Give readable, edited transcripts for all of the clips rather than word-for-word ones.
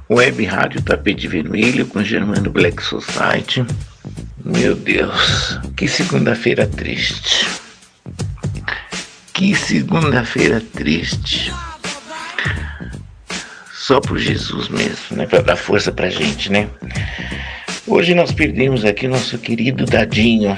Web Rádio Tapete Vermelho com Germano Black Society. Meu Deus, que segunda-feira triste. Que segunda-feira triste. Só por Jesus mesmo, né? Pra dar força pra gente, né? Hoje nós perdemos aqui o nosso querido Dadinho.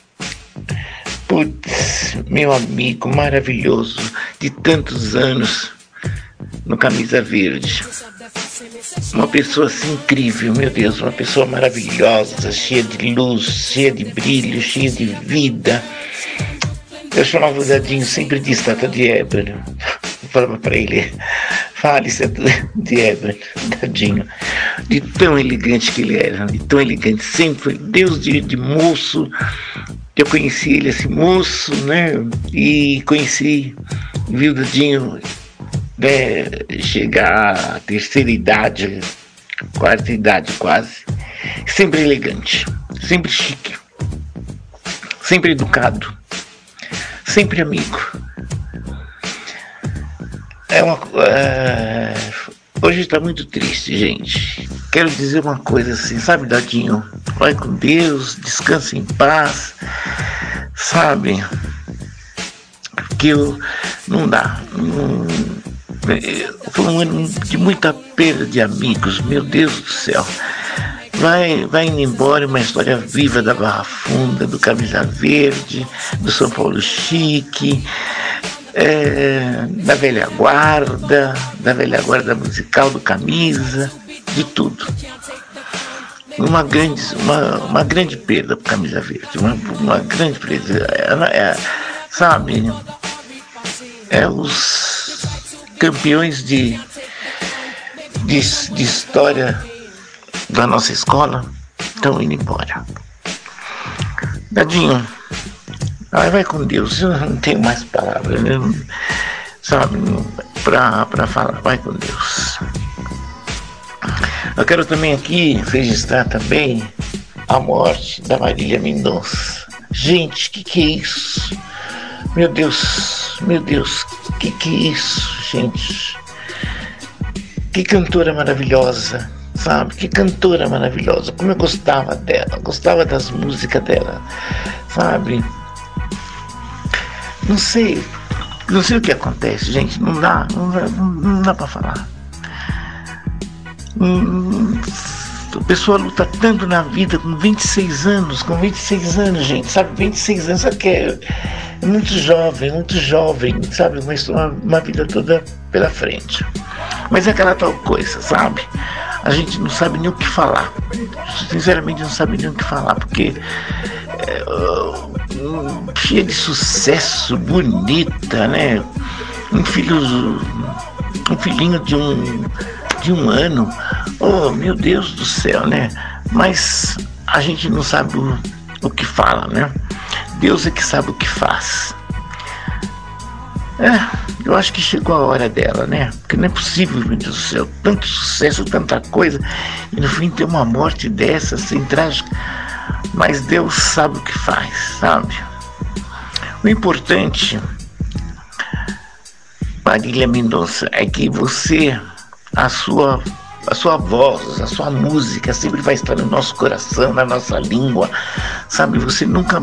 Putz, meu amigo maravilhoso de tantos anos no Camisa Verde. Uma pessoa assim incrível, meu Deus, uma pessoa maravilhosa, cheia de luz, cheia de brilho, cheia de vida. Eu chamava o Dadinho sempre de estátua de ébano. Eu falava pra ele, fale estátua de ébano, Dadinho. De tão elegante que ele era, de tão elegante, sempre foi Deus de moço. Eu conheci ele assim, moço, né? E vi o Dadinho chegar à terceira idade, quarta idade quase, sempre elegante, sempre chique, sempre educado, sempre amigo. Hoje está muito triste, gente. Quero dizer uma coisa assim, sabe, Dadinho? Vai com Deus, descansa em paz, sabe? Porque não dá. Foi um ano de muita perda de amigos, meu Deus do céu. Vai indo embora uma história viva da Barra Funda, do Camisa Verde, do São Paulo Chique, da velha guarda musical do Camisa, de tudo. Uma grande perda para o Camisa Verde, uma grande perda. Sabe, os campeões de história da nossa escola estão indo embora. Dadinho, vai com Deus, eu não tenho mais palavras, sabe, para falar, vai com Deus. Eu quero também aqui registrar também a morte da Marília Mendonça. Gente, que é isso? Meu Deus, que é isso, gente? Que cantora maravilhosa, sabe? Que cantora maravilhosa. Como eu gostava dela, gostava das músicas dela, sabe? Não sei o que acontece, gente. Não dá pra falar. A pessoa luta tanto na vida com 26 anos, gente, sabe? 26 anos, sabe que é muito jovem, sabe? Uma vida toda pela frente. Mas é aquela tal coisa, sabe? A gente não sabe nem o que falar. Sinceramente, não sabe nem o que falar, porque cheia de sucesso, bonita, né? Um filhinho de um ano. Oh, meu Deus do céu, né? Mas a gente não sabe o que fala, né? Deus é que sabe o que faz. Eu acho que chegou a hora dela, né? Porque não é possível, meu Deus do céu, tanto sucesso, tanta coisa, e no fim ter uma morte dessa, assim, trágica. Mas Deus sabe o que faz, sabe? O importante, Marília Mendonça, é que você, a sua voz, a sua música sempre vai estar no nosso coração, na nossa língua, sabe? Você nunca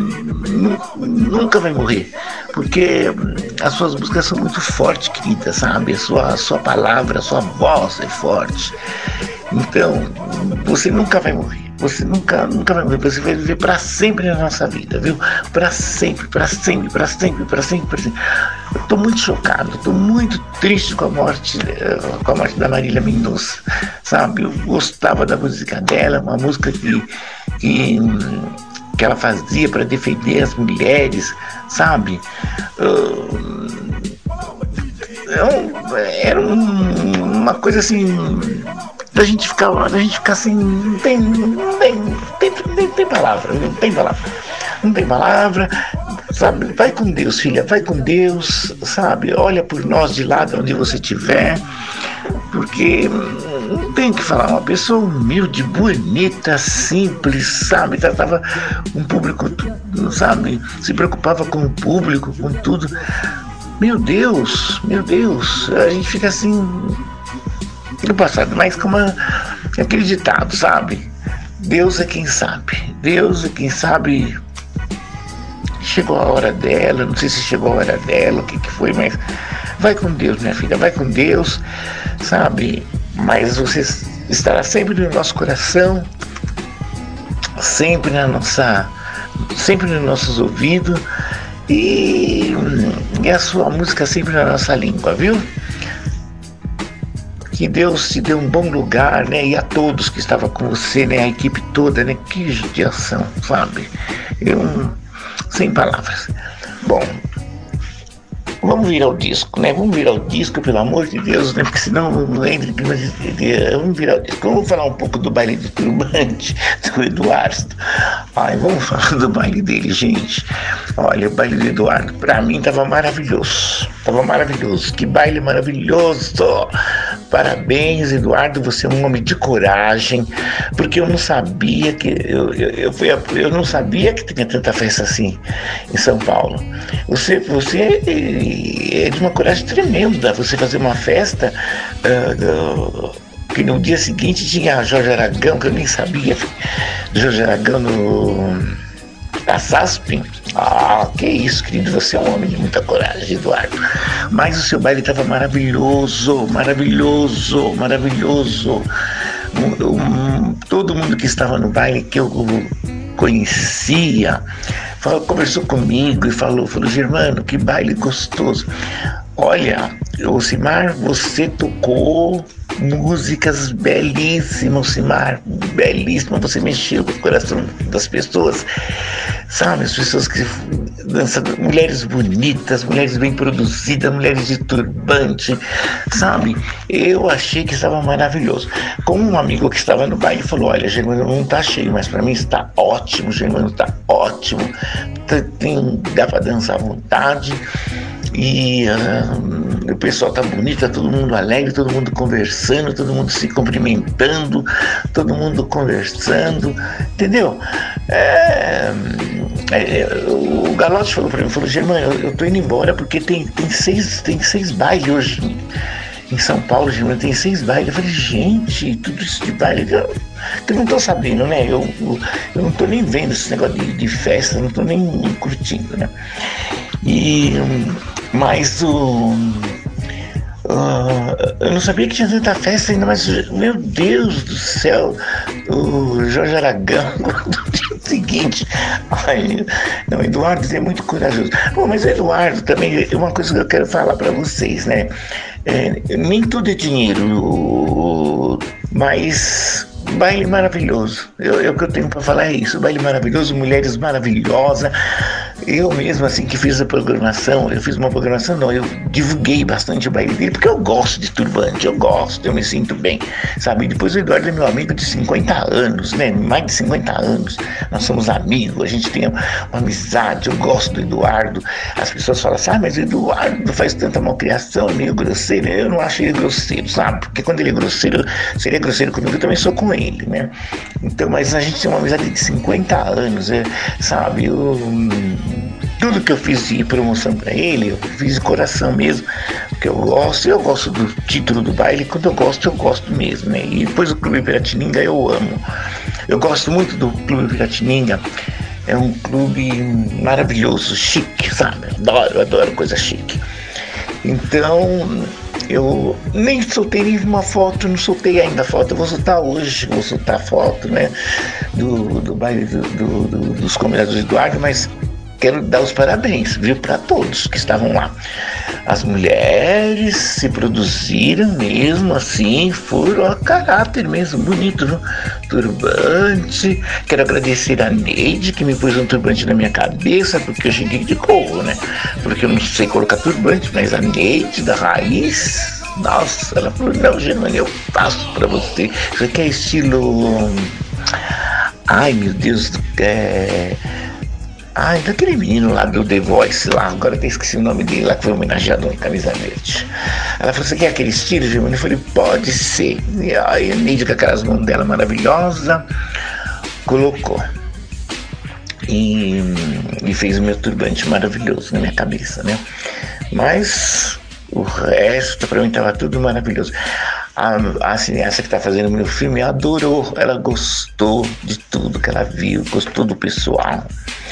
vai morrer, porque as suas músicas são muito fortes, querida, sabe? A sua palavra, a sua voz é forte. Então, você nunca vai morrer. Você nunca vai morrer. Você vai viver para sempre na nossa vida, viu? Para sempre. Eu tô muito chocado, tô muito triste com a morte da Marília Mendonça, sabe? Eu gostava da música dela, uma música que ela fazia para defender as mulheres, sabe? Era uma coisa assim, da gente ficar assim, não tem palavra, sabe? Vai com Deus, filha, vai com Deus, sabe? Olha por nós de lá de onde você estiver, porque não tem o que falar, uma pessoa humilde, bonita, simples, sabe? Tratava um público, sabe? Se preocupava com o público, com tudo. Meu Deus, a gente fica assim, no passado, mas como aquele ditado, sabe? Deus é quem sabe. Deus é quem sabe. Chegou a hora dela, não sei se chegou a hora dela, o que foi, mas vai com Deus, minha filha, vai com Deus, sabe? Mas você estará sempre no nosso coração, sempre nos nossos ouvidos e a sua música sempre na nossa língua, viu? Que Deus te dê um bom lugar, né? E a todos que estavam com você, né? A equipe toda, né? Que judiação, sabe? Sem palavras. Bom, vamos virar o disco, né? Vamos virar o disco, pelo amor de Deus, né? Porque senão não entra. Vamos virar o disco. Vamos falar um pouco do baile de turbante do Eduardo. Ai, vamos falar do baile dele, gente. Olha, o baile do Eduardo, pra mim, tava maravilhoso. Tava maravilhoso. Que baile maravilhoso. Parabéns, Eduardo, você é um homem de coragem, porque eu não sabia que eu não sabia que tinha tanta festa assim em São Paulo. Você é de uma coragem tremenda, você fazer uma festa que no dia seguinte tinha Jorge Aragão, que eu nem sabia, Jorge Aragão da SASP. Que isso, querido, você é um homem de muita coragem, Eduardo. Mas o seu baile estava maravilhoso, maravilhoso, maravilhoso. Todo mundo que estava no baile que eu conhecia conversou comigo e falou, Germano, que baile gostoso. Olha, Ocimar, você tocou músicas belíssimas, Ocimar, belíssima, você mexeu com o coração das pessoas, sabe, as pessoas que dançam, mulheres bonitas, mulheres bem produzidas, mulheres de turbante, sabe, eu achei que estava maravilhoso. Como um amigo que estava no baile falou, olha, Germano, não está cheio, mas para mim está ótimo, Germano, está ótimo, dá para dançar à vontade. E o pessoal tá bonito, tá todo mundo alegre, todo mundo conversando, todo mundo se cumprimentando, todo mundo conversando, entendeu? O Galotti falou pra mim, Germano, eu tô indo embora porque tem seis bailes hoje em São Paulo, Germano, tem 6 bailes. Eu falei, gente, tudo isso de baile que eu não tô sabendo, né? Eu não tô nem vendo esse negócio de festa, não tô nem curtindo, né? Mas eu não sabia que tinha tanta festa ainda, mas, meu Deus do céu, o Jorge Aragão, no dia seguinte, não, Eduardo é muito corajoso. Bom, mas Eduardo também, uma coisa que eu quero falar para vocês, né? Nem tudo é dinheiro, mas baile maravilhoso. O que eu tenho para falar é isso, baile maravilhoso, mulheres maravilhosas. Eu mesmo, assim, que fiz a programação, eu divulguei bastante o baile dele, porque eu gosto de turbante, eu me sinto bem, sabe? E depois o Eduardo é meu amigo de 50 anos, né? Mais de 50 anos, nós somos amigos, a gente tem uma amizade, eu gosto do Eduardo. As pessoas falam assim, mas o Eduardo não faz tanta malcriação, é meio grosseiro. Eu não acho ele grosseiro, sabe? Porque quando ele é grosseiro, se ele é grosseiro comigo, eu também sou com ele, né? Então, mas a gente tem uma amizade de 50 anos, sabe? Tudo que eu fiz de promoção para ele, eu fiz de coração mesmo, porque eu gosto do título do baile, quando eu gosto mesmo, né? E depois o Clube Piratininga eu amo. Eu gosto muito do Clube Piratininga, é um clube maravilhoso, chique, sabe? Adoro coisa chique. Então, eu nem soltei nenhuma foto, não soltei ainda a foto, eu vou soltar hoje, vou soltar a foto, né? Do baile dos convidados do Eduardo, mas quero dar os parabéns, viu, para todos que estavam lá. As mulheres se produziram mesmo assim, foram a caráter mesmo, bonito, viu? Turbante. Quero agradecer a Neide, que me pôs um turbante na minha cabeça, porque eu cheguei de corro, né? Porque eu não sei colocar turbante, mas a Neide da Raiz, nossa, ela falou, não, Germano, eu faço pra você. Isso aqui é estilo... Ai, meu Deus, daquele menino lá do The Voice lá, agora até esqueci o nome dele lá, que foi homenageado em Camisa Verde. Ela falou, você quer aquele estilo, Germano? Eu falei, pode ser. E aí a Neide, com aquelas mãos dela maravilhosa, colocou. E fez o meu turbante maravilhoso na minha cabeça, né? Mas o resto, pra mim, tava tudo maravilhoso. A cineasta que está fazendo o meu filme adorou, ela gostou de tudo que ela viu, gostou do pessoal.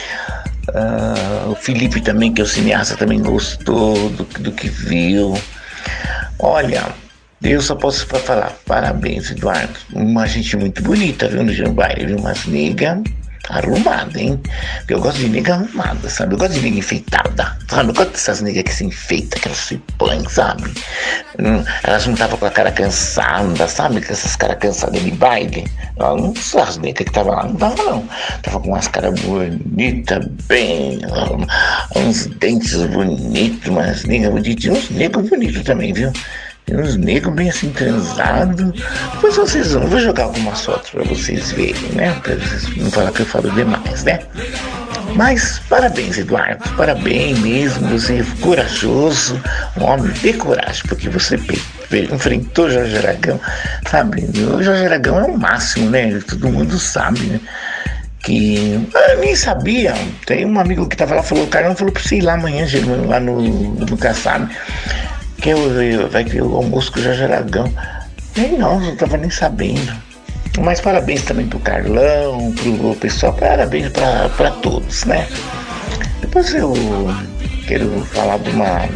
O Felipe também, que é o cineasta, também gostou do que viu. Olha, eu só posso falar parabéns, Eduardo. Uma gente muito bonita, viu, no Jambaire, viu? Umas nega arrumada, hein? Porque eu gosto de nega arrumada, sabe? Eu gosto de nega enfeitada, sabe? Eu gosto dessas negas que se enfeitam, que elas se põem, sabe? Elas não estavam com a cara cansada, sabe? Com essas caras cansadas de baile. Não são as negas que estavam lá, não tava não. Tava com umas caras bonitas, bem, uns dentes bonitos, umas negas bonitas, e uns negros bonitos também, viu? Tem uns negros bem assim transados. Depois vocês vão, eu vou jogar algumas fotos pra vocês verem, né? Pra vocês não falar que eu falo demais, né? Mas parabéns, Eduardo, parabéns mesmo, você é corajoso, um homem de coragem, porque você enfrentou o Jorge Aragão, sabe? O Jorge Aragão é o máximo, né? Todo mundo sabe, né? Que eu nem sabia. Tem um amigo que tava lá, falou, o cara não falou pra você ir lá amanhã, lá no Kassab, que vai ter o almoço com o Jorge Aragão. Nem não tava nem sabendo. Mas parabéns também pro Carlão, pro pessoal, parabéns pra todos, né? Depois eu quero falar de uma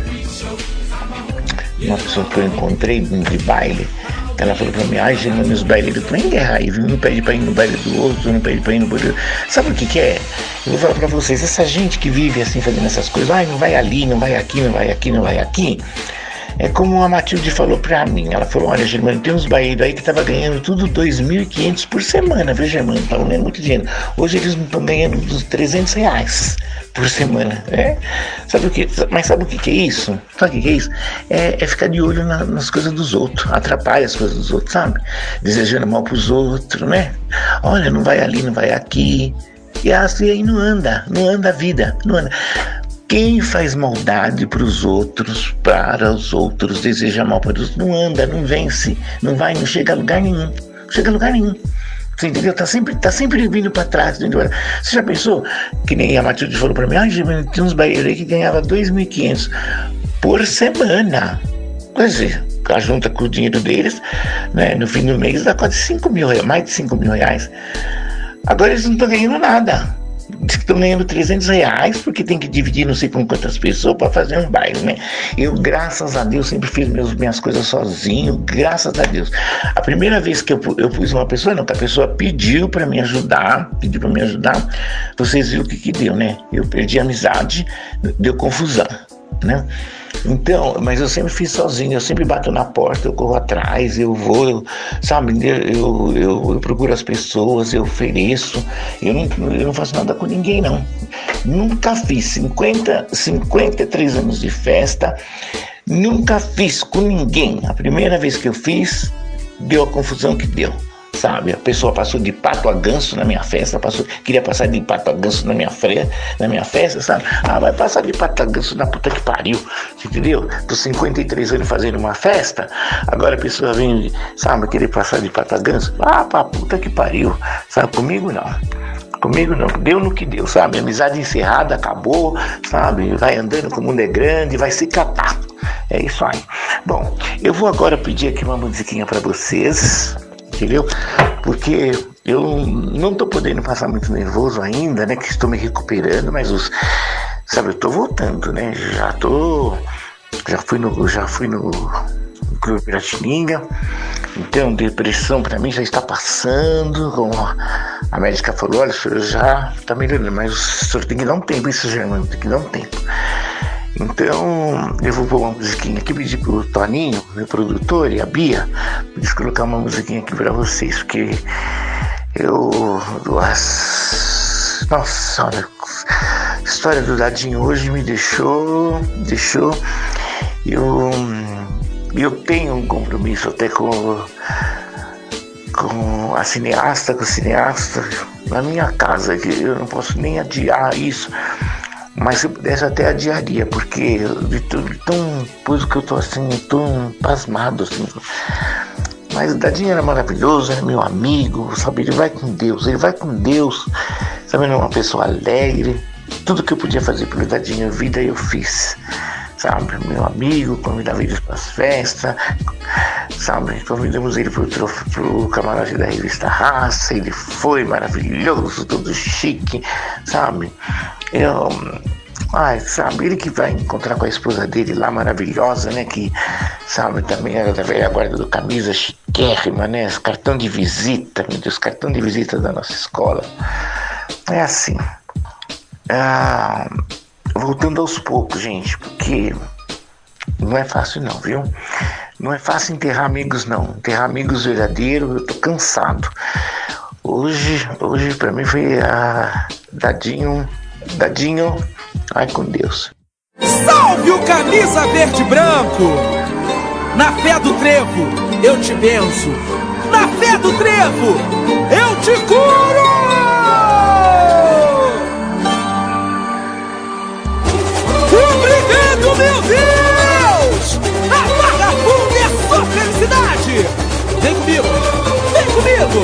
pessoa que eu encontrei de baile, que ela falou pra mim, ai, gente, meus baileiros estão em guerra aí, viu? Não pede pra ir no baile do outro, não pede pra ir no baile do... Sabe o que é? Eu vou falar pra vocês, essa gente que vive assim, fazendo essas coisas, ai, não vai ali, não vai aqui, não vai aqui, não vai aqui. É como a Matilde falou pra mim, ela falou, olha, Germano, tem uns baileiros aí que tava ganhando tudo 2.500 por semana, viu, Germano? Estavam ganhando muito dinheiro. Hoje eles não estão ganhando dos R$300 por semana, né? Sabe o que? Mas sabe o que é isso? Sabe o que é isso? É ficar de olho nas coisas dos outros, atrapalha as coisas dos outros, sabe? Desejando mal pros outros, né? Olha, não vai ali, não vai aqui. E assim aí não anda a vida, não anda. Quem faz maldade para os outros, deseja mal para os outros, não anda, não vence, não vai, não chega a lugar nenhum. Chega a lugar nenhum. Você entendeu? Tá sempre vindo para trás. Entendeu? Você já pensou? Que nem a Matilde falou para mim, tem uns baileiros aí que ganhavam 2.500 por semana. Quer dizer, junta com o dinheiro deles, né, no fim do mês dá quase 5 mil reais, mais de 5 mil reais. Agora eles não estão ganhando nada. Diz que estão ganhando R$300 porque tem que dividir não sei com quantas pessoas para fazer um baile, né? Eu, graças a Deus, sempre fiz minhas coisas sozinho, graças a Deus. A primeira vez que eu pus uma pessoa, não, que a pessoa pediu para me ajudar, vocês viram o que deu, né? Eu perdi a amizade, deu confusão, né? Então, mas eu sempre fiz sozinho, eu sempre bato na porta, eu corro atrás, eu vou, sabe, eu procuro as pessoas, eu ofereço, eu não faço nada com ninguém, não. Nunca fiz 53 anos de festa, nunca fiz com ninguém. A primeira vez que eu fiz, deu a confusão que deu. Sabe, a pessoa passou de pato a ganso na minha festa, queria passar de pato a ganso na minha festa, sabe? Vai passar de pato a ganso na puta que pariu, entendeu? Tô 53 anos fazendo uma festa, agora a pessoa vem, sabe, querer passar de pato a ganso, pra puta que pariu, sabe? Comigo não, deu no que deu, sabe? Amizade encerrada, acabou, sabe? Vai andando, que o mundo é grande, vai se catar, é isso aí. Bom, eu vou agora pedir aqui uma musiquinha pra vocês, entendeu? Porque eu não tô podendo passar muito nervoso ainda, né? Que estou me recuperando, mas sabe, eu tô voltando, né? Já fui no Clube Piratininga, então depressão pra mim já está passando, como a médica falou, olha, o senhor já tá melhorando, mas o senhor tem que dar um tempo, isso, Germano, tem que dar um tempo. Então, eu vou pôr uma musiquinha aqui, pedir pro Toninho, meu produtor, e a Bia, eles colocar uma musiquinha aqui pra vocês, porque nossa, olha, a história do Dadinho hoje me deixou, eu tenho um compromisso até com o cineasta na minha casa, que eu não posso nem adiar isso. Mas se eu pudesse até adiaria, porque pois que eu tô assim, tão pasmado assim. Mas o Dadinho era maravilhoso, era meu amigo, sabe? Ele vai com Deus, sabe? Ele é uma pessoa alegre. Tudo que eu podia fazer pelo Dadinho na vida eu fiz, sabe? Meu amigo, convidava eles para as festas, sabe? Convidamos ele pro camarote da revista Raça, ele foi maravilhoso, todo chique, sabe? Sabe, ele que vai encontrar com a esposa dele lá, maravilhosa, né? Que, sabe, também era da velha guarda do Camisa, chiquérrima, né? Cartão de visita, meu Deus, cartão de visita da nossa escola. É assim. Voltando aos poucos, gente, porque não é fácil não, viu? Não é fácil enterrar amigos, não. Enterrar amigos verdadeiros, eu tô cansado. Hoje pra mim foi Dadinho, ai com Deus. Salve o camisa verde e branco! Na fé do trevo, eu te benço. Na fé do trevo, eu te curo! Obrigado, meu Deus! A vagabunda é só felicidade! Vem comigo! Vem comigo!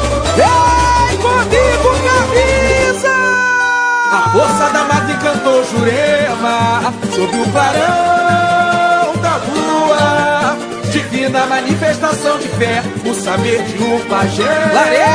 Vem comigo, camisa! A força da mata encantou Jurema, sob o clarão da lua. Divina manifestação de fé, o saber de um pajé.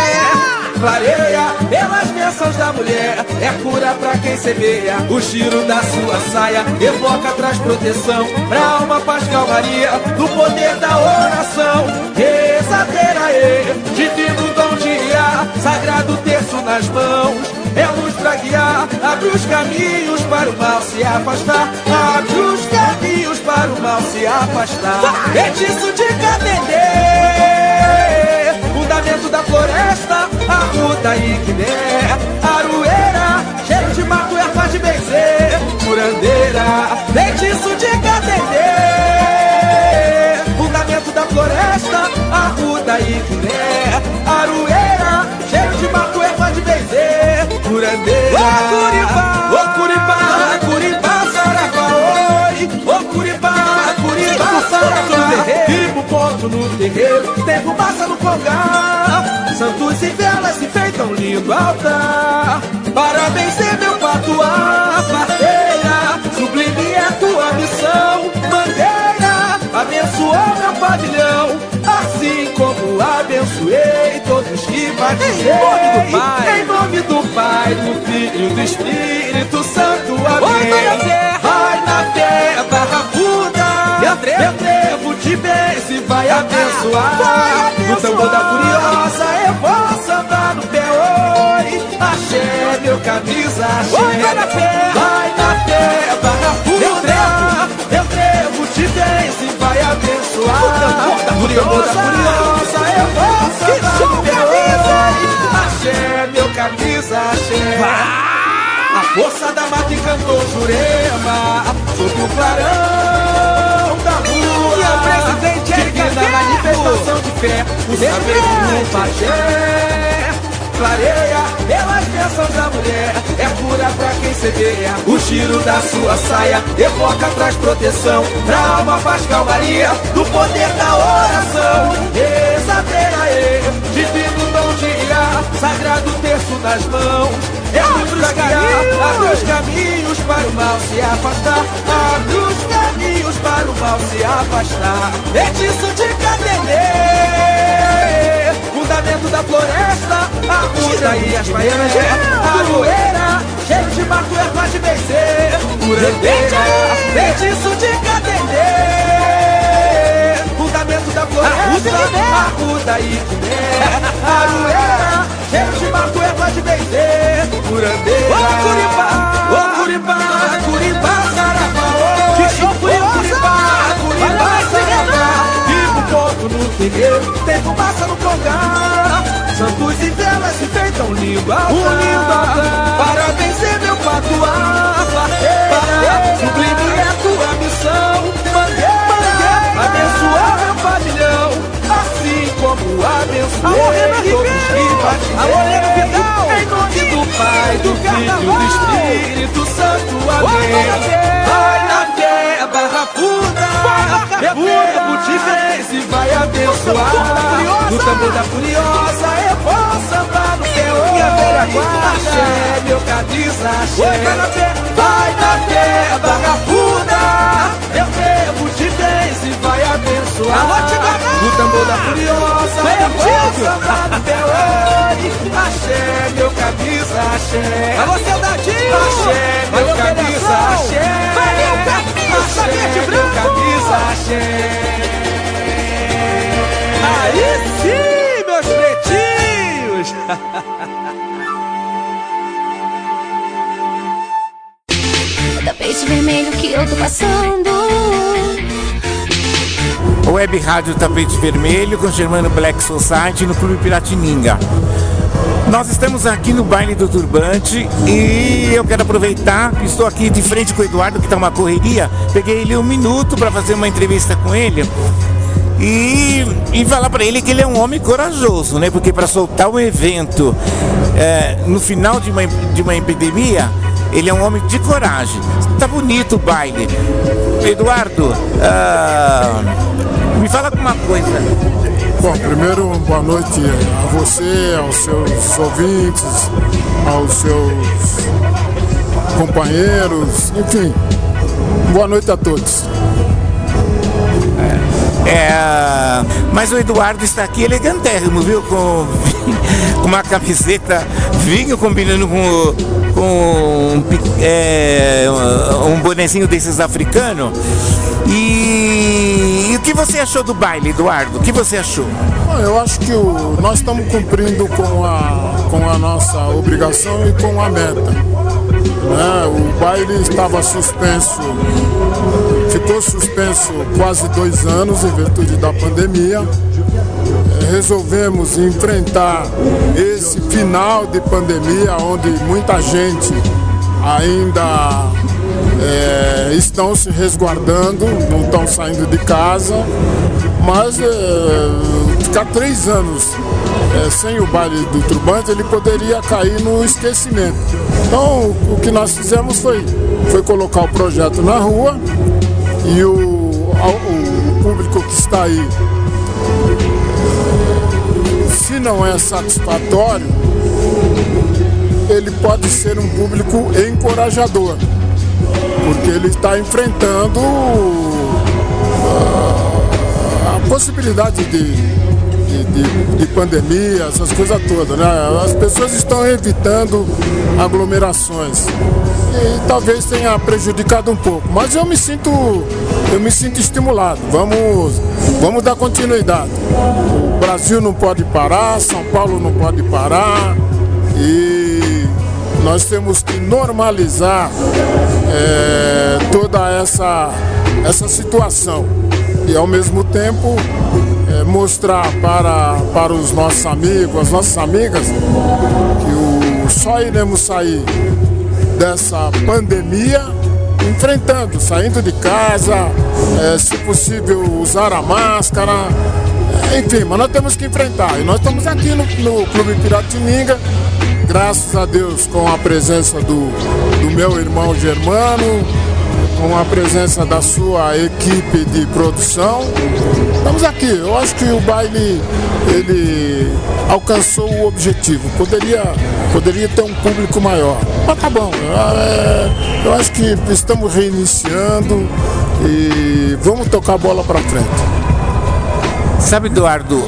Clareia pelas bênçãos da mulher, é cura pra quem semeia. O giro da sua saia evoca, traz proteção pra alma, paz, calmaria, do poder da oração. Rezadeira, divino dom de Iá, sagrado terço nas mãos, é luz pra guiar, abre os caminhos para o mal se afastar. Abre os caminhos para o mal se afastar. Feitiço de Catendê, fundamento da floresta, arruda e guiné, aroeira, cheiro de mato, erva de benzer, curandeira. Feitiço de Catendê, fundamento da floresta, arruda e guiné, aroeira, cheiro de mato, erva de benzer, curandeira. Ô Curibá, Saravá, oi. Ô Curibá, Saravá, vivo ponto no terreiro, tem fumaça no fogar. Santos e velas se enfeitam lindo altar. Para vencer meu patuá, parteira, sublime é tua missão. Bandeira, abençoou meu pavilhão, assim como abençoei todos que batizei. Em nome do Pai, do Filho e do Espírito Santo, amém. Vai na fé, barrabuda, eu trevo de bens e vai abençoar. No tambor da furiosa eu vou sambar no pé, oi. Axé, meu camisa, axé. Vai na fé, barrabuda, eu trevo de bens e vai abençoar. No tambor da furiosa eu vou sambar no pé, oi. Axé, meu camisa, axé. A força da mata encantou Jurema, sob o clarão da lua. E a presidente Divina manifestação de fé, o saber do pajé. Clareia pelas bênçãos da mulher, é cura pra quem semeia. O giro da sua saia evoca, traz proteção pra alma, paz, calmaria, do poder da oração. Rezadeira, divino dom de Iá, sagrado terço nas mãos, é luz pra guiar, abre os caminhos para o mal se afastar. Abre os caminhos para o mal se afastar. Feitiço de Catendê, fundamento da floresta, arruda e as baianas, aroeira, cheiro de mato, erva de benzer, curandeira. Feitiço de Catendê, fundamento da floresta, arruda e guiné, aroeira, cheiro de mato, erva de benzer, curandeira. Ô Curibá, Saravá, oi. Que show Curibá, Saravá, vivo ponto no terreiro, tem fumaça no fogar. Santos e velas se enfeitam lindo altar. Para vencer meu patuá, para sublime é tua missão. Bandeira, abençoar meu pavilhão, assim como abençoei todos que batizei. Em nome do Pai, do Filho e do Espírito Santo, amém. Vai na fé, barrabuda, eu trevo de vez e vai abençoar. No tambor da furiosa eu vou sambar no teu, minha velha guarda. Axé, meu camisa, axé. Vai na fé, vagabunda. Eu devo de bens e vai abençoar. No tambor da furiosa, da força, do Belone. Axé, meu camisa, axé. Alô, Saudadinho. Axé, meu camisa, axé. Valeu, camisa, verde branco. Camisa, axé. Aí sim, meus pretinhos. O tapete vermelho que eu tô passando. Web Rádio Tapete Vermelho com Germano Black Society no Clube Piratininga. Nós estamos aqui no baile do Turbante e eu quero aproveitar que estou aqui de frente com o Eduardo, que está uma correria. Peguei ele 1 minuto para fazer uma entrevista com ele e falar para ele que ele é um homem corajoso, né? Porque para soltar um evento no final de uma epidemia, ele é um homem de coragem. Tá bonito o baile. Eduardo, me fala uma coisa. Bom, primeiro, boa noite a você, aos seus ouvintes, aos seus companheiros, enfim, boa noite a todos. Mas o Eduardo está aqui elegantérrimo, viu? Com uma camiseta vinho combinando com um bonezinho desses africanos. E o que você achou do baile, Eduardo? O que você achou? Bom, eu acho que nós estamos cumprindo com a nossa obrigação e com a meta. O baile estava suspenso, ficou suspenso quase 2 anos em virtude da pandemia. Resolvemos enfrentar esse final de pandemia, onde muita gente ainda estão se resguardando, não estão saindo de casa, mas ficar 3 anos sem o baile do Turbante, ele poderia cair no esquecimento. Então o que nós fizemos foi colocar o projeto na rua e o público que está aí, se não é satisfatório, ele pode ser um público encorajador, porque ele está enfrentando a possibilidade de pandemia, essas coisas todas, né? As pessoas estão evitando aglomerações e talvez tenha prejudicado um pouco, mas eu me sinto estimulado. Vamos dar continuidade. O Brasil não pode parar, São Paulo não pode parar e nós temos que normalizar toda essa situação e ao mesmo tempo mostrar para os nossos amigos, as nossas amigas, que só iremos sair dessa pandemia enfrentando, saindo de casa, se possível usar a máscara, enfim, mas nós temos que enfrentar. E nós estamos aqui no Clube Piratininga, graças a Deus, com a presença do meu irmão Germano, com a presença da sua equipe de produção. Estamos aqui. Eu acho que o baile, ele alcançou o objetivo. Poderia ter um público maior. Mas tá bom. Eu acho que estamos reiniciando e vamos tocar a bola para frente. Sabe, Eduardo,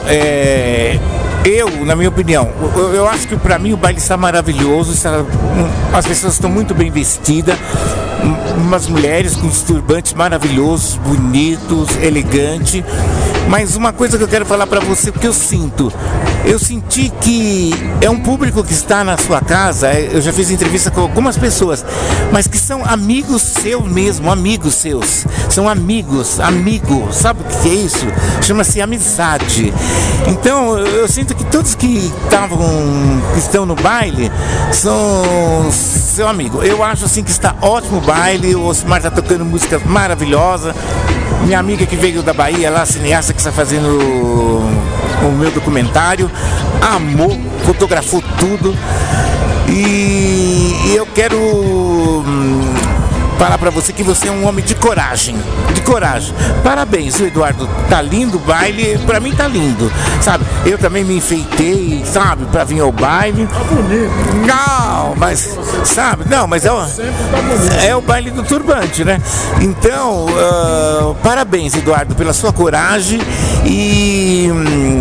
na minha opinião, eu acho que para mim o baile está maravilhoso, as pessoas estão muito bem vestidas, umas mulheres com os turbantes maravilhosos, bonitos, elegantes. Mas uma coisa que eu quero falar para você, porque eu senti que é um público que está na sua casa. Eu já fiz entrevista com algumas pessoas, mas que são amigos seus mesmo, amigos seus. São amigos, sabe o que é isso? Chama-se amizade. Então eu sinto que todos que estão no baile são seu amigo. Eu acho assim que está ótimo o baile, o Osmar está tocando músicas maravilosas. Minha amiga que veio da Bahia, lá, cineasta que está fazendo o meu documentário, amou, fotografou tudo. E eu quero falar pra você que você é um homem de coragem. De coragem. Parabéns, viu, Eduardo? Tá lindo o baile, pra mim tá lindo, sabe? Eu também me enfeitei, sabe, pra vir ao baile. Tá bonito. Não, mas, sabe? Não, mas é o baile do turbante, né? Então, parabéns, Eduardo, pela sua coragem e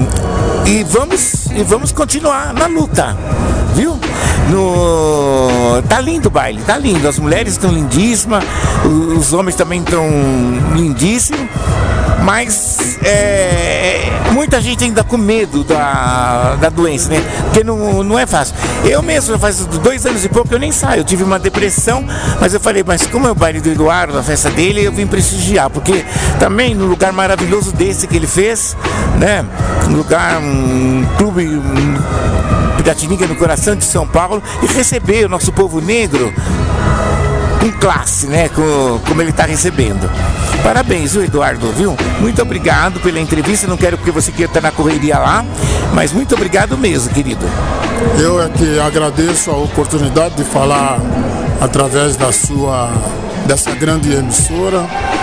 vamos continuar na luta, viu? Tá lindo o baile, tá lindo. As mulheres estão lindíssimas, os homens também estão lindíssimos, mas muita gente ainda com medo da doença, né? Porque não é fácil. Eu mesmo, já faz 2 anos e pouco que eu nem saio. Eu tive uma depressão, mas eu falei, mas como é o baile do Eduardo, a festa dele, eu vim prestigiar, porque também no lugar maravilhoso desse que ele fez, né? Um clube Piratininga no coração de São Paulo, e receber o nosso povo negro com classe, né? Como ele está recebendo. Parabéns, viu, Eduardo, viu? Muito obrigado pela entrevista. Não quero porque você queira estar na correria lá, mas muito obrigado mesmo, querido. Eu é que agradeço a oportunidade de falar através dessa grande emissora,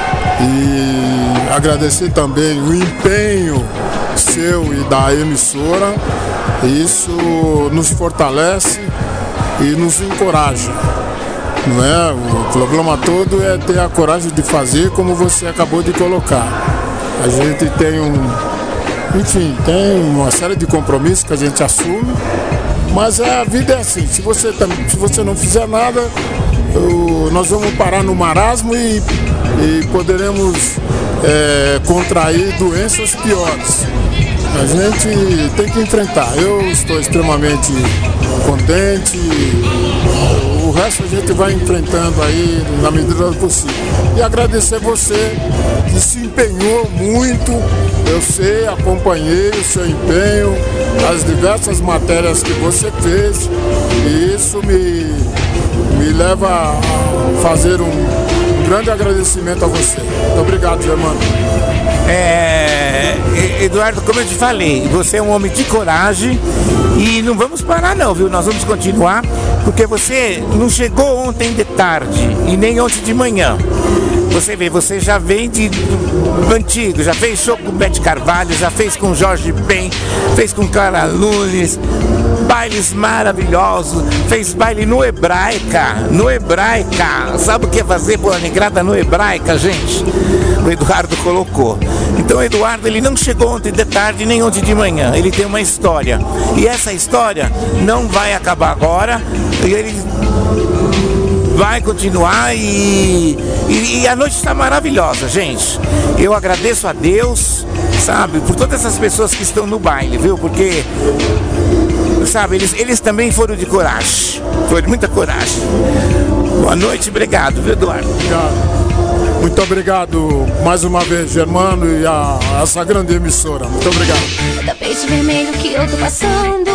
e agradecer também o empenho seu e da emissora. Isso nos fortalece e nos encoraja, não é? O problema todo é ter a coragem de fazer como você acabou de colocar. A gente tem tem uma série de compromissos que a gente assume, mas a vida é assim. Se você não fizer nada, nós vamos parar no marasmo e poderemos contrair doenças piores. A gente tem que enfrentar. Eu estou extremamente contente. O resto a gente vai enfrentando aí na medida do possível. E agradecer você que se empenhou muito. Eu sei, acompanhei o seu empenho, as diversas matérias que você fez. E isso me leva a fazer um grande agradecimento a você. Muito obrigado, Germano. Eduardo, como eu te falei, você é um homem de coragem e não vamos parar não, viu? Nós vamos continuar, porque você não chegou ontem de tarde e nem ontem de manhã. Você vê, você já vem do antigo, já fez show com Bete Carvalho, já fez com Jorge Ben, fez com Clara Nunes, bailes maravilhosos, fez baile no Hebraica, sabe o que é fazer bola negrada no Hebraica, gente? O Eduardo colocou. Então o Eduardo, ele não chegou ontem de tarde nem ontem de manhã, ele tem uma história, e essa história não vai acabar agora, ele vai continuar e a noite está maravilhosa, gente. Eu agradeço a Deus, sabe, por todas essas pessoas que estão no baile, viu? Porque, sabe, eles também foram de coragem, foi de muita coragem. Boa noite, obrigado, viu, Eduardo? Obrigado. Muito obrigado mais uma vez, Germano, e a essa grande emissora. Muito obrigado. O tapete vermelho que eu tô passando.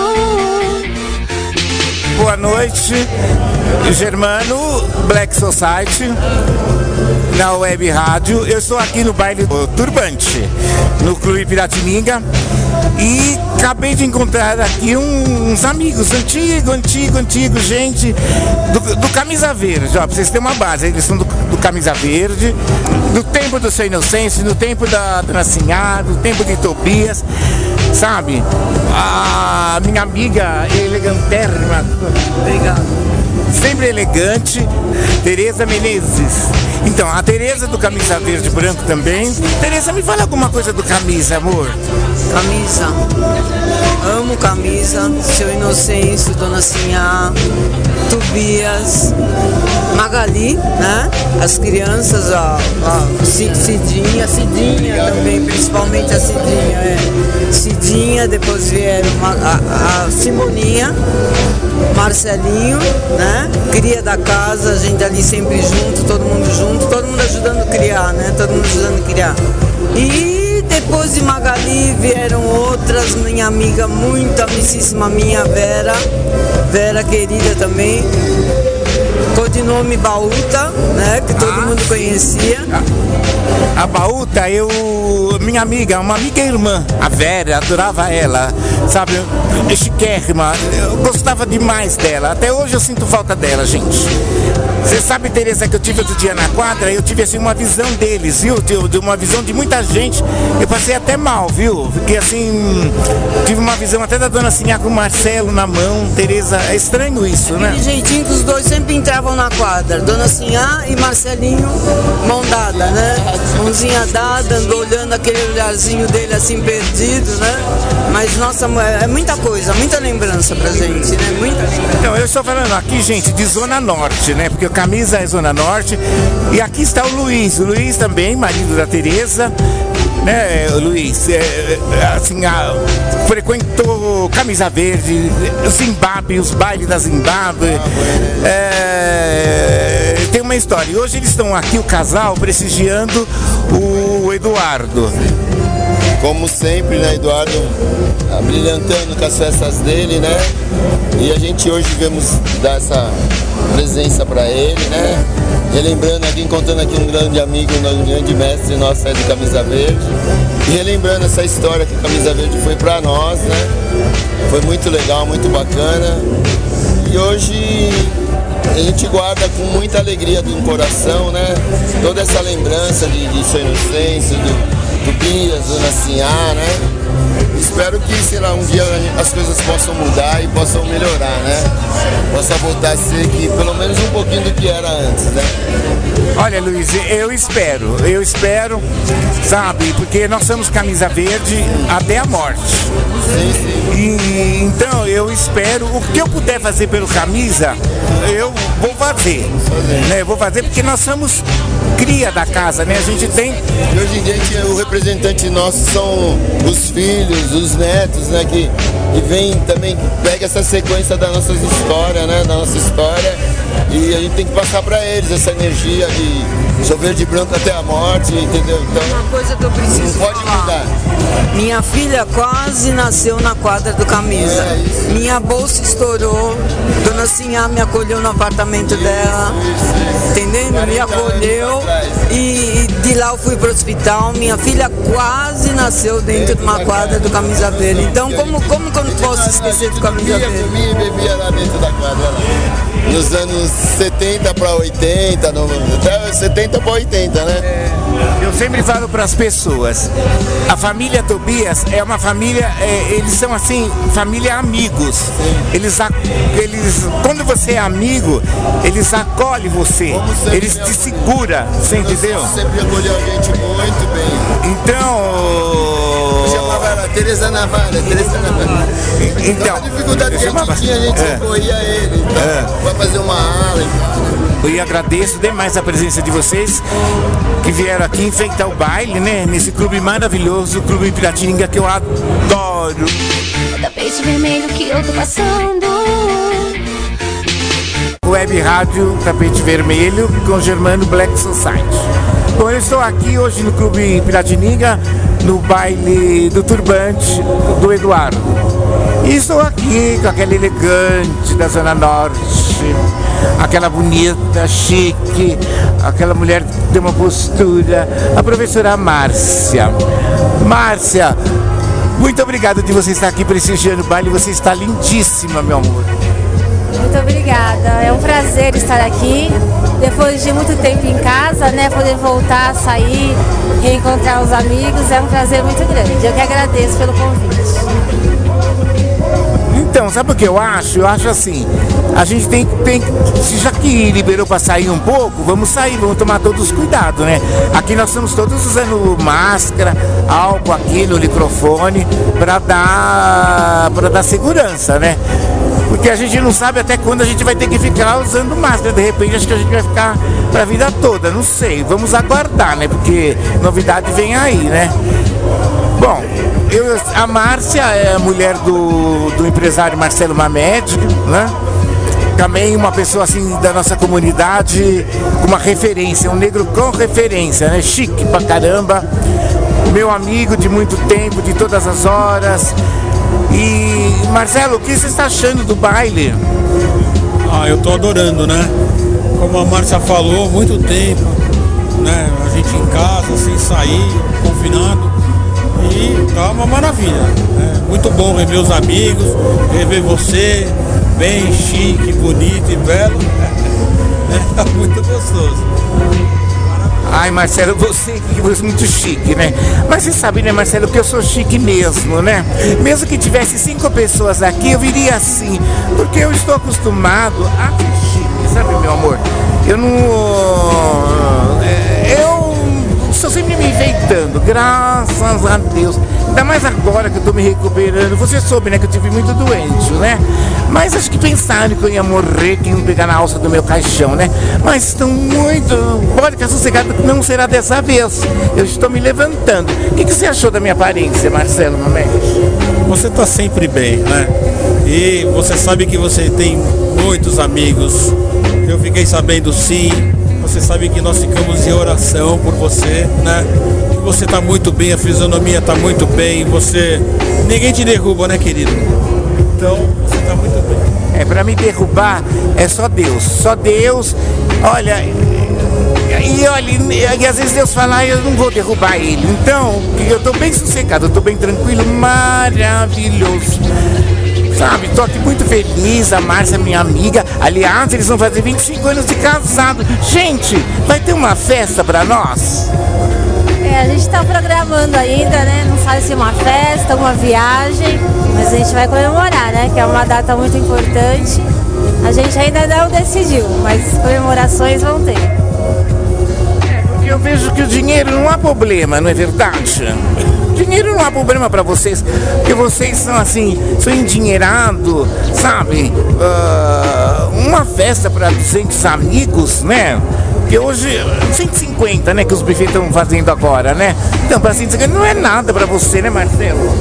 Boa noite, Germano, Black Society, na Web Rádio. Eu estou aqui no baile do Turbante, no Clube Piratininga, e acabei de encontrar aqui uns amigos antigos, gente do Camisa Verde, ó, pra vocês terem uma base. Eles são do Camisa Verde, do tempo do Seu Inocêncio, do tempo da Dona Sinhá, do tempo de Tobias, sabe? A minha amiga elegantérrima, obrigado, sempre elegante, Tereza Menezes. Então, a Tereza do Camisa Verde e Branco também. Tereza, me fala alguma coisa do Camisa, amor. Camisa, amo Camisa, Seu Inocêncio, Dona Sinhá, Tobias, Magali, né? As crianças, Cidinha também, principalmente a Cidinha, depois vieram a Simoninha, Marcelinho, né? Cria da casa, a gente ali sempre junto, todo mundo ajudando a criar, né? Todo mundo ajudando a criar. E depois de Magali vieram outras, minha amiga muito amicíssima minha, Vera querida também, codinome Baúta, né, que todo mundo conhecia. A Baúta, minha amiga, uma amiga irmã, a Vera, adorava ela, sabe, chiquérrima, eu gostava demais dela, até hoje eu sinto falta dela, gente. Você sabe, Tereza, que eu tive outro dia na quadra, eu tive assim uma visão deles, viu? Uma visão de muita gente. Eu passei até mal, viu? Fiquei assim, tive uma visão até da dona Sinhá com o Marcelo na mão. Tereza, é estranho isso, né? Aquele jeitinho que os dois sempre entravam na quadra, dona Sinhá e Marcelinho, mão dada, né? Mãozinha dada, olhando aquele olharzinho dele assim perdido, né? Mas nossa, é muita coisa, muita lembrança pra gente, né? Muita. Então, eu estou falando aqui, gente, de Zona Norte, né? Porque o Camisa é Zona Norte. E aqui está o Luiz. O Luiz também, marido da Tereza. Né, Luiz? Assim, frequentou Camisa Verde, Zimbábue, os bailes da Zimbábue. Tem uma história. E hoje eles estão aqui, o casal, prestigiando o Eduardo. Como sempre, né, Eduardo brilhantando com as festas dele, né? E a gente hoje vemos dar essa presença para ele, né? Relembrando aqui, encontrando aqui um grande amigo, um grande mestre nosso do Camisa Verde. E relembrando essa história que a Camisa Verde foi para nós, né? Foi muito legal, muito bacana. E hoje a gente guarda com muita alegria no coração, né? Toda essa lembrança de sua inocência, do Bias, Dona Sinhá, né? Espero que, sei lá, um dia as coisas possam mudar e possam melhorar, né? Possa voltar a ser que, pelo menos um pouquinho do que era antes, né? Olha, Luiz, eu espero, sabe? Porque nós somos Camisa Verde até a morte. Sim, sim. E, então, eu espero, o que eu puder fazer pelo Camisa, eu vou fazer. Né? Eu vou fazer porque nós somos cria da casa, né? A gente tem... E hoje em dia o representante nosso são os filhos, os netos, né? Que vem também, pega essa sequência da nossa história, né? Da nossa história. E a gente tem que passar para eles essa energia de sou verde e branco até a morte, entendeu? Então, uma coisa que eu preciso não pode falar. mudar. Minha filha quase nasceu na quadra do Camisa. Minha bolsa estourou. Dona Sinhá me acolheu no apartamento dela. Entendendo? Me acolheu. E de lá eu fui pro hospital. Minha filha quase nasceu dentro de uma quadra do Camisa Verde. Então, como que eu não posso esquecer do Camisa Verde? Comia e bebia lá dentro da quadra lá. Nos anos 70 para 80, até 70 para 80, né? Eu sempre falo para as pessoas, a família Tobias é uma família, eles são assim, família amigos. Eles, quando você é amigo, eles acolhem você, eles te seguram, você entendeu? Sempre acolheu a gente muito bem. Então... Eu chamava ela Tereza Navarra. Então, a dificuldade que a gente tinha, a gente socorria ele. Então, vai fazer uma aula e tal. Eu agradeço demais a presença de vocês que vieram aqui enfeitar o baile, né? Nesse clube maravilhoso, o Clube Piratininga, que eu adoro. O tapete vermelho que eu tô passando. Web Rádio Tapete Vermelho com Germano Black Society. Bom, eu estou aqui hoje no Clube Piratininga, no baile do turbante do Eduardo. E estou aqui com aquela elegante da Zona Norte, aquela bonita, chique, aquela mulher que tem uma postura, a professora Márcia. Márcia, muito obrigado de você estar aqui prestigiando o baile, você está lindíssima, meu amor. Muito obrigada, é um prazer estar aqui, depois de muito tempo em casa, né, poder voltar, sair, reencontrar os amigos, é um prazer muito grande, eu que agradeço pelo convite. Então, sabe o que eu acho? Eu acho assim, a gente tem já que liberou para sair um pouco, vamos sair, vamos tomar todos os cuidados, né? Aqui nós estamos todos usando máscara, álcool aqui no microfone, para dar segurança, né? Porque a gente não sabe até quando a gente vai ter que ficar usando máscara. De repente, acho que a gente vai ficar para a vida toda, não sei. Vamos aguardar, né? Porque novidade vem aí, né? Bom, a Márcia é a mulher do empresário Marcelo Mamed, né? Também uma pessoa assim da nossa comunidade, uma referência, um negro com referência, né? Chique pra caramba. Meu amigo de muito tempo, de todas as horas. E Marcelo, o que você está achando do baile? Eu tô adorando, né? Como a Márcia falou, muito tempo, né? A gente em casa, sem sair, confinado. E tá uma maravilha, né? Muito bom rever os amigos, rever você, bem chique, bonito e belo. É muito gostoso. Ai, Marcelo, você é muito chique, né? Mas você sabe, né, Marcelo, que eu sou chique mesmo, né? Mesmo que tivesse 5 pessoas aqui, eu viria assim. Porque eu estou acostumado a ser chique, sabe, meu amor? Eu não... Eu estou sempre me enfeitando, graças a Deus. Ainda mais agora que eu tô me recuperando. Você soube, né, que eu tive muito doente, né? Mas acho que pensaram que eu ia morrer, que iam pegar na alça do meu caixão, né? Mas estão muito... Pode ficar sossegado que não será dessa vez. Eu estou me levantando. O que você achou da minha aparência, Marcelo Mamede? Você tá sempre bem, né? E você sabe que você tem muitos amigos. Eu fiquei sabendo, sim. Você sabe que nós ficamos em oração por você, né? Você tá muito bem, a fisionomia tá muito bem, você... Ninguém te derruba, né, querido? Então, você tá muito bem. Pra me derrubar é só Deus. Só Deus, olha... E às vezes Deus fala, eu não vou derrubar ele. Então, eu tô bem sossegado, eu tô bem tranquilo, maravilhoso. Sabe, tô aqui muito feliz, a Márcia, minha amiga. Aliás, eles vão fazer 25 anos de casado. Gente, vai ter uma festa pra nós? A gente tá programando ainda, né? Não sabe se é uma festa, uma viagem, mas a gente vai comemorar, né? Que é uma data muito importante. A gente ainda não decidiu, mas comemorações vão ter. Porque eu vejo que o dinheiro não há problema, não é verdade? Dinheiro não há problema pra vocês, porque vocês são assim, são endinheirados, sabe? Uma festa pra 200 amigos, né? Porque hoje, 150, né, que os buffets estão fazendo agora, né? Então, pra 150 não é nada pra você, né, Marcelo?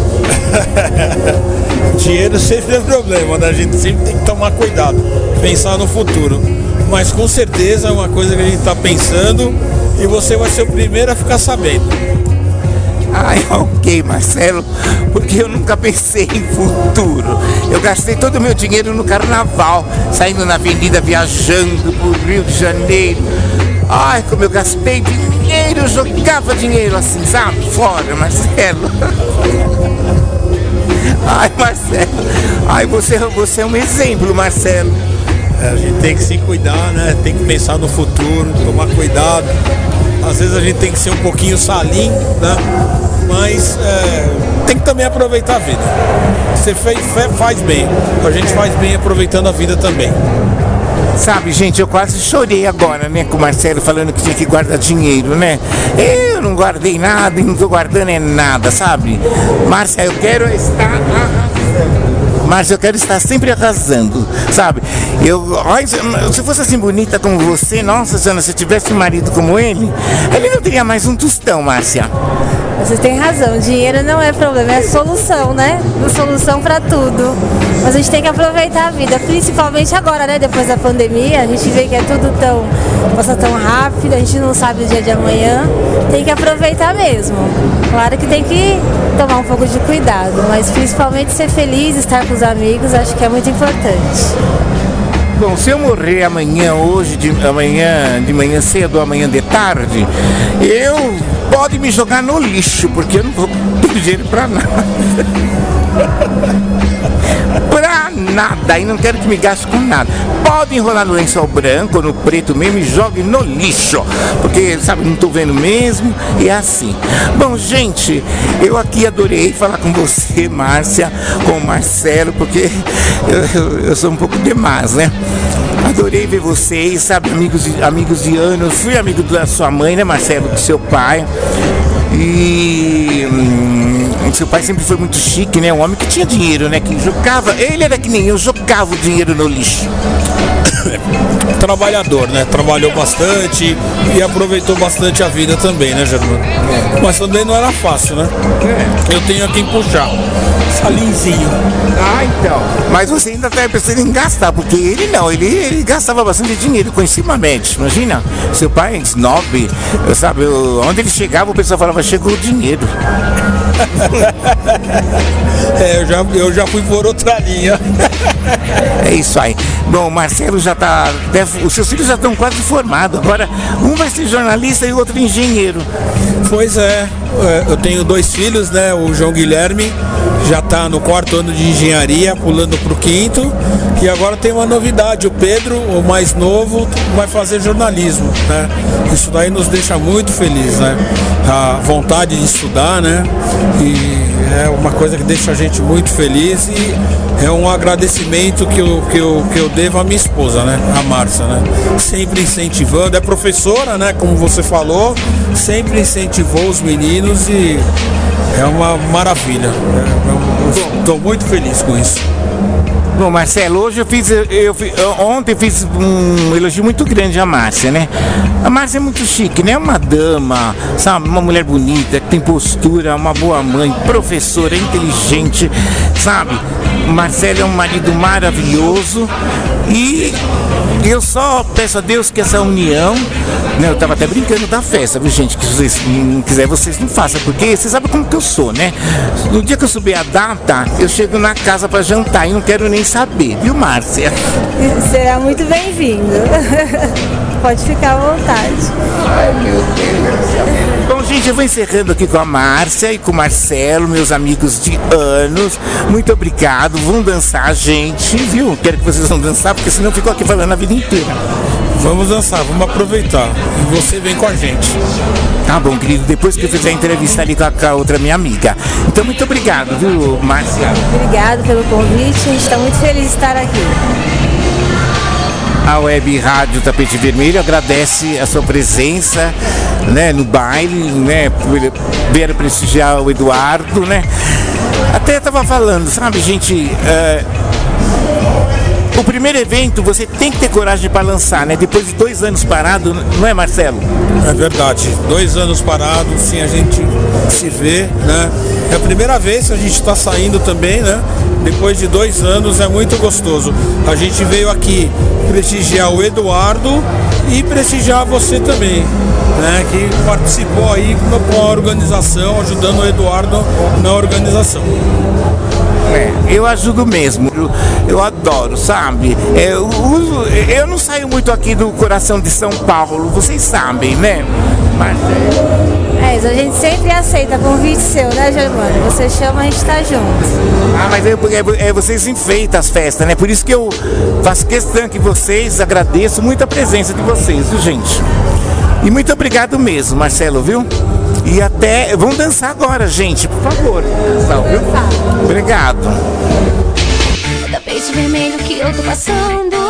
Dinheiro sempre é problema, né? A gente sempre tem que tomar cuidado, pensar no futuro. Mas com certeza é uma coisa que a gente tá pensando e você vai ser o primeiro a ficar sabendo. Ai, ok, Marcelo, porque eu nunca pensei em futuro. Eu gastei todo o meu dinheiro no carnaval, saindo na avenida, viajando pro Rio de Janeiro. Ai, como eu gastei dinheiro, eu jogava dinheiro assim, sabe? Fora, Marcelo. Ai, Marcelo. Ai, você é um exemplo, Marcelo. A gente tem que se cuidar, né? Tem que pensar no futuro, tomar cuidado. Às vezes a gente tem que ser um pouquinho salim, né? Mas tem que também aproveitar a vida. Você faz bem. A gente faz bem aproveitando a vida também. Sabe, gente, eu quase chorei agora, né, com o Marcelo falando que tinha que guardar dinheiro, né? Eu não guardei nada e não tô guardando nada, sabe? Márcia, eu quero estar arrasando. Márcia, eu quero estar sempre arrasando, sabe? Se eu fosse assim bonita como você, nossa senhora, se eu tivesse um marido como ele não teria mais um tostão, Márcia. Você tem razão, dinheiro não é problema, é solução, né? É solução pra tudo. Mas a gente tem que aproveitar a vida, principalmente agora, né? Depois da pandemia, a gente vê que é tudo passa tão rápido, a gente não sabe o dia de amanhã. Tem que aproveitar mesmo. Claro que tem que tomar um pouco de cuidado, mas principalmente ser feliz, estar com os amigos, acho que é muito importante. Bom, se eu morrer amanhã, de manhã cedo ou amanhã de tarde, pode me jogar no lixo, porque eu não vou ter dinheiro pra nada. Pra nada, e não quero que me gaste com nada. Pode enrolar no lençol branco ou no preto mesmo e jogue no lixo, porque, sabe, não tô vendo mesmo, e é assim. Bom, gente, eu aqui adorei falar com você, Márcia, com o Marcelo, porque eu sou um pouco demais, né? Adorei ver vocês, sabe, amigos de anos. Fui amigo da sua mãe, né, Marcelo, do seu pai. E seu pai sempre foi muito chique, né? Um homem que tinha dinheiro, né? Que jogava, ele era que nem eu, jogava o dinheiro no lixo. Trabalhador, né? Trabalhou bastante e aproveitou bastante a vida também, né, Germano? Mas também não era fácil, né? Eu tenho quem puxar. Salinzinho. Ah, então. Mas você ainda tá pensando em gastar, porque ele não, ele gastava bastante dinheiro conhecidamente. Imagina, seu pai é snob, sabe? Onde ele chegava, o pessoal falava, chegou o dinheiro. Eu já fui por outra linha. É isso aí. Bom, o Marcelo já tá. Os seus filhos já estão quase formados. Agora, um vai ser jornalista e o outro engenheiro. Pois é. eu tenho 2 filhos, né? O João Guilherme já está no 4º ano de engenharia, pulando para o 5º. E agora tem uma novidade, o Pedro, o mais novo, vai fazer jornalismo, né? Isso daí nos deixa muito felizes, né? A vontade de estudar, né? E é uma coisa que deixa a gente muito feliz e é um agradecimento que eu devo à minha esposa, né? A Márcia, né? Sempre incentivando, é professora, né? Como você falou, sempre incentivou os meninos e é uma maravilha. Estou muito feliz com isso. Bom, Marcelo, hoje ontem eu fiz um elogio muito grande à Márcia, né? A Márcia é muito chique, né? Uma dama, sabe? Uma mulher bonita, que tem postura, uma boa mãe, professora, inteligente, sabe? O Marcelo é um marido maravilhoso e eu só peço a Deus que essa união, né? Eu tava até brincando da festa, viu, gente? Que se vocês não quiserem, vocês não façam, porque vocês sabem como que eu sou, né? No dia que eu subir a data, eu chego na casa pra jantar e não quero nem saber, viu, Márcia? Será muito bem-vindo. Pode ficar à vontade. Ai, meu Deus. Bom, gente, eu vou encerrando aqui com a Márcia e com o Marcelo, meus amigos de anos. Muito obrigado. Vão dançar, gente, viu? Quero que vocês vão dançar, porque senão eu fico aqui falando a vida inteira. Vamos dançar, vamos aproveitar. E você vem com a gente. Tá bom, querido. Depois que eu fizer a entrevista ali com a outra minha amiga. Então, muito obrigado, viu, Márcia? Obrigado pelo convite. A gente está muito feliz de estar aqui. A Web Rádio Tapete Vermelho agradece a sua presença, né, no baile, né, ver prestigiar o Eduardo, né. Até estava falando, sabe, gente, o primeiro evento você tem que ter coragem para lançar, né? Depois de 2 anos parado, não é, Marcelo? É verdade, 2 anos parado, sim, a gente se vê, né? É a primeira vez que a gente está saindo também, né? Depois de 2 anos, é muito gostoso. A gente veio aqui prestigiar o Eduardo e prestigiar você também, né? Que participou aí com a organização, ajudando o Eduardo na organização. Eu ajudo mesmo, eu adoro, sabe? Eu não saio muito aqui do coração de São Paulo, vocês sabem, né? Mas a gente sempre aceita convite seu, né, Germano? Você chama, a gente tá junto. Ah, mas vocês enfeitam as festas, né? Por isso que eu faço questão que vocês, agradeço muito a presença de vocês, viu, gente? E muito obrigado mesmo, Marcelo, viu? E até... Vamos dançar agora, gente, por favor. Viu? Obrigado. O tapete vermelho que eu tô passando.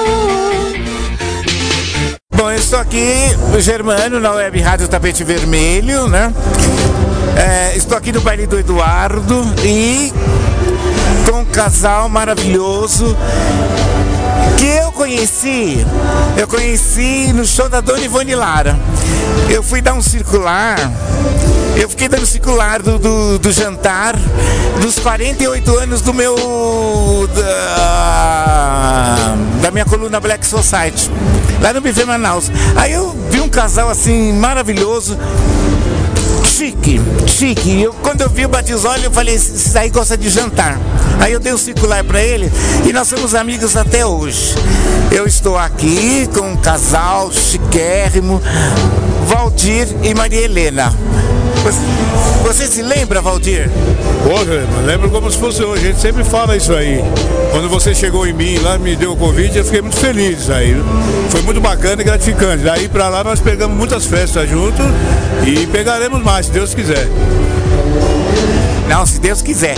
Bom, eu estou aqui, o Germano, na Web Rádio Tapete Vermelho, né? Estou aqui no baile do Eduardo e com um casal maravilhoso que eu conheci no show da Dona Ivone Lara. Eu fui dar um circular, eu fiquei dando circular do jantar dos 48 anos do meu da minha coluna Black Society, lá no Buffet Manaus. Aí eu vi um casal assim maravilhoso, chique. Quando eu vi, eu bati os olhos e falei, isso aí gosta de jantar. Aí eu dei um circular pra ele e nós somos amigos até hoje. Eu estou aqui com um casal chiquérrimo, Valdir e Maria Helena. Você se lembra, Valdir? Pô, lembro como se fosse hoje, a gente sempre fala isso aí. Quando você chegou em mim lá, me deu o convite, eu fiquei muito feliz aí. Foi muito bacana e gratificante. Daí pra lá nós pegamos muitas festas juntos e pegaremos mais, se Deus quiser. Não, se Deus quiser.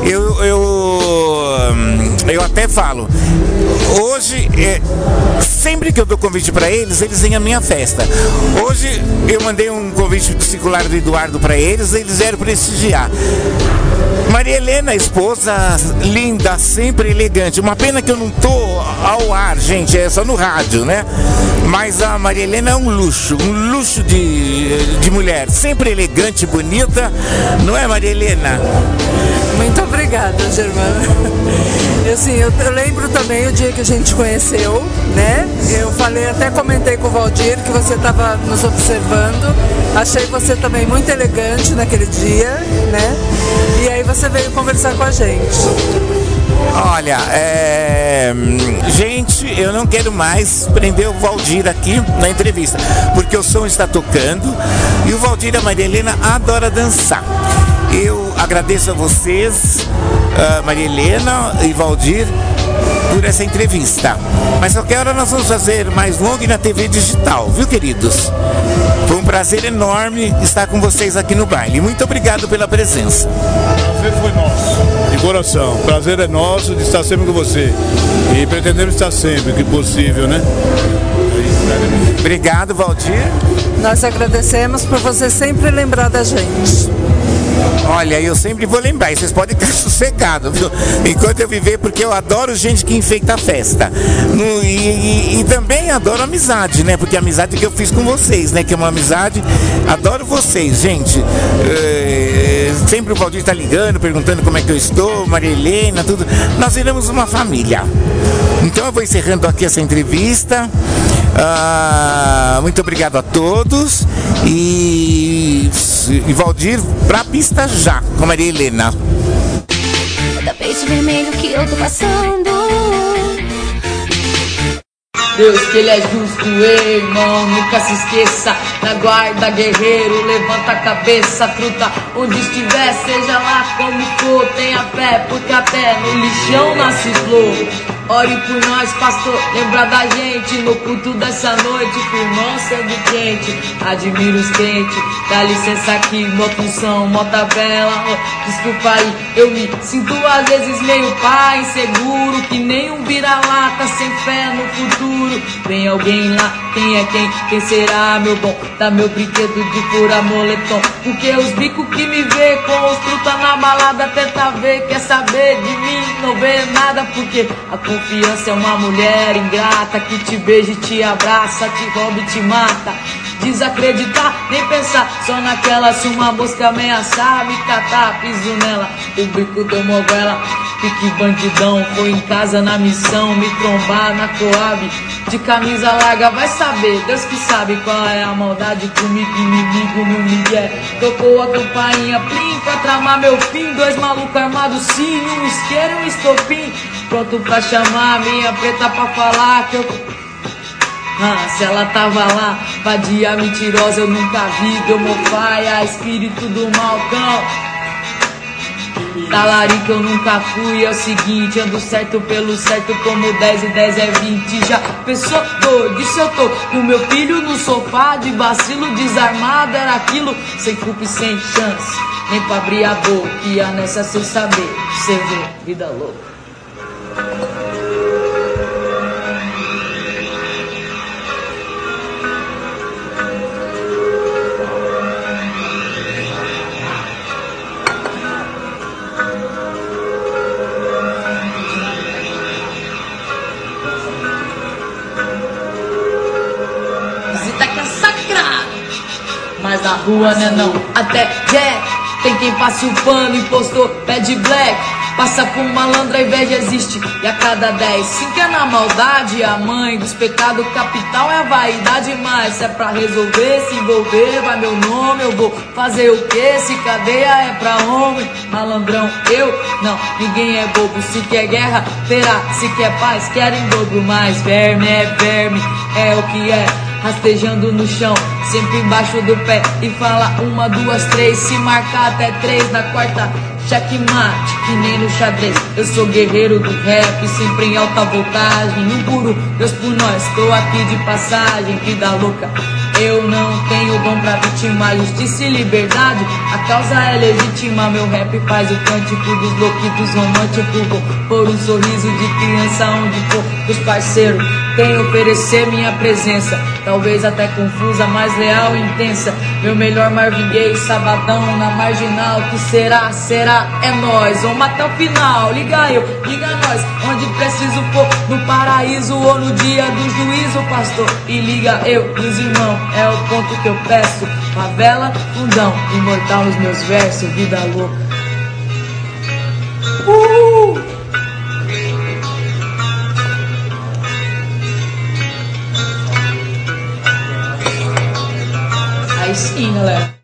Eu até falo, hoje, sempre que eu dou convite para eles vêm à minha festa. Hoje eu mandei um convite do circular do Eduardo para eles vieram prestigiar. Maria Helena, esposa linda, sempre elegante. Uma pena que eu não tô ao ar, gente, é só no rádio, né? Mas a Maria Helena é um luxo de mulher, sempre elegante, bonita, não é, Maria Helena? Muito obrigada, Germano. Assim, eu lembro também o dia que a gente conheceu, né? Eu até comentei com o Valdir que você estava nos observando. Achei você também muito elegante naquele dia, né? E aí você veio conversar com a gente. Olha, gente, eu não quero mais prender o Valdir aqui na entrevista, porque o som está tocando e o Valdir e a Maria Helena adoram dançar. Eu agradeço a vocês, Maria Helena e Valdir, por essa entrevista. Mas qualquer hora nós vamos fazer mais longa na TV digital, viu, queridos? Foi um prazer enorme estar com vocês aqui no baile. Muito obrigado pela presença. O prazer foi nosso, de coração. O prazer é nosso de estar sempre com você. E pretendemos estar sempre, que possível, né? Obrigado, Valdir. Nós agradecemos por você sempre lembrar da gente. Olha, eu sempre vou lembrar, e vocês podem ficar sossegados, viu? Enquanto eu viver, porque eu adoro gente que enfeita a festa. E também adoro amizade, né? Porque a amizade que eu fiz com vocês, né? Que é uma amizade, adoro vocês, gente. Sempre o Valdir tá ligando, perguntando como é que eu estou, Maria Helena, tudo. Nós viramos uma família. Então eu vou encerrando aqui essa entrevista. Muito obrigado a todos. E Valdir, pra pista já, com Maria Helena. O tapete vermelho que eu tô passando. Deus, que ele é justo, irmão, nunca se esqueça. Na guarda, guerreiro, levanta a cabeça, truta. Onde estiver, seja lá como for, tenha fé, porque até no lixão nasce flor. Ore por nós, pastor, lembra da gente no culto dessa noite, firmão sendo quente. Admiro os crentes, dá licença aqui, bota um som, bota vela. Desculpa aí, eu me sinto às vezes meio pá, inseguro, que nem um vira-lata sem fé no futuro. Vem alguém lá, quem é quem? Quem será, meu bom? Dá meu brinquedo de pura moletom. Porque os bicos que me vê com os truta na balada tenta ver, quer saber de mim, não vê nada. Porque a confiança é uma mulher ingrata que te beija e te abraça, te rouba e te mata. Desacreditar, nem pensar, só naquela. Se uma mosca ameaçar, me catar, piso nela. O bico deu moguela, pique bandidão. Foi em casa na missão, me trombar na Coab. De camisa larga, vai saber, Deus que sabe qual é a maldade comigo, inimigo no migué. Tocou a campainha, plim, pra tramar meu fim. Dois malucos armados sim, um isqueiro e um estopim. Pronto pra chamar a minha preta pra falar que eu... se ela tava lá, vadia mentirosa, eu nunca vi. Deu mofaia, espírito do malcão. Talarica eu nunca fui, é o seguinte, ando certo pelo certo como 10 e 10 é 20. Já pensou doido, se eu tô com meu filho no sofá de vacilo desarmado, era aquilo, sem culpa e sem chance, nem pra abrir a boca, ia nessa sem saber, cê vê, vida louca. Mas na rua, né não, até Jack. Tem quem passe o pano, impostor, pede black. Passa por malandra, a inveja existe. E a cada 10, 5 é na maldade. A mãe dos pecados capital é a vaidade. Mas se é pra resolver, se envolver, vai meu nome. Eu vou fazer o quê? Se cadeia é pra homem. Malandrão, eu? Não, ninguém é bobo. Se quer guerra, terá. Se quer paz, quer em dobro. Mas verme, é o que é. Rastejando no chão, sempre embaixo do pé. E fala 1, 2, 3. Se marcar até 3 na quarta, checkmate, que nem no xadrez. Eu sou guerreiro do rap, sempre em alta voltagem. Um guru, Deus por nós, tô aqui de passagem. Vida louca, eu não tenho dom pra vitimar. Justiça e liberdade, a causa é legítima. Meu rap faz o cântico dos louquitos românticos. Vou pôr um sorriso de criança onde for. Dos parceiros, tenho oferecer minha presença. Talvez até confusa, mas leal e intensa. Meu melhor Marvin Gaye, sabadão na marginal. Que será, é nóis, vamos até o final. Liga eu, liga nós, onde preciso for. No paraíso ou no dia do juízo, pastor. E liga eu, meus irmãos, é o ponto que eu peço. Favela, fundão, imortal nos meus versos. Vida louca. Aí sim, galera.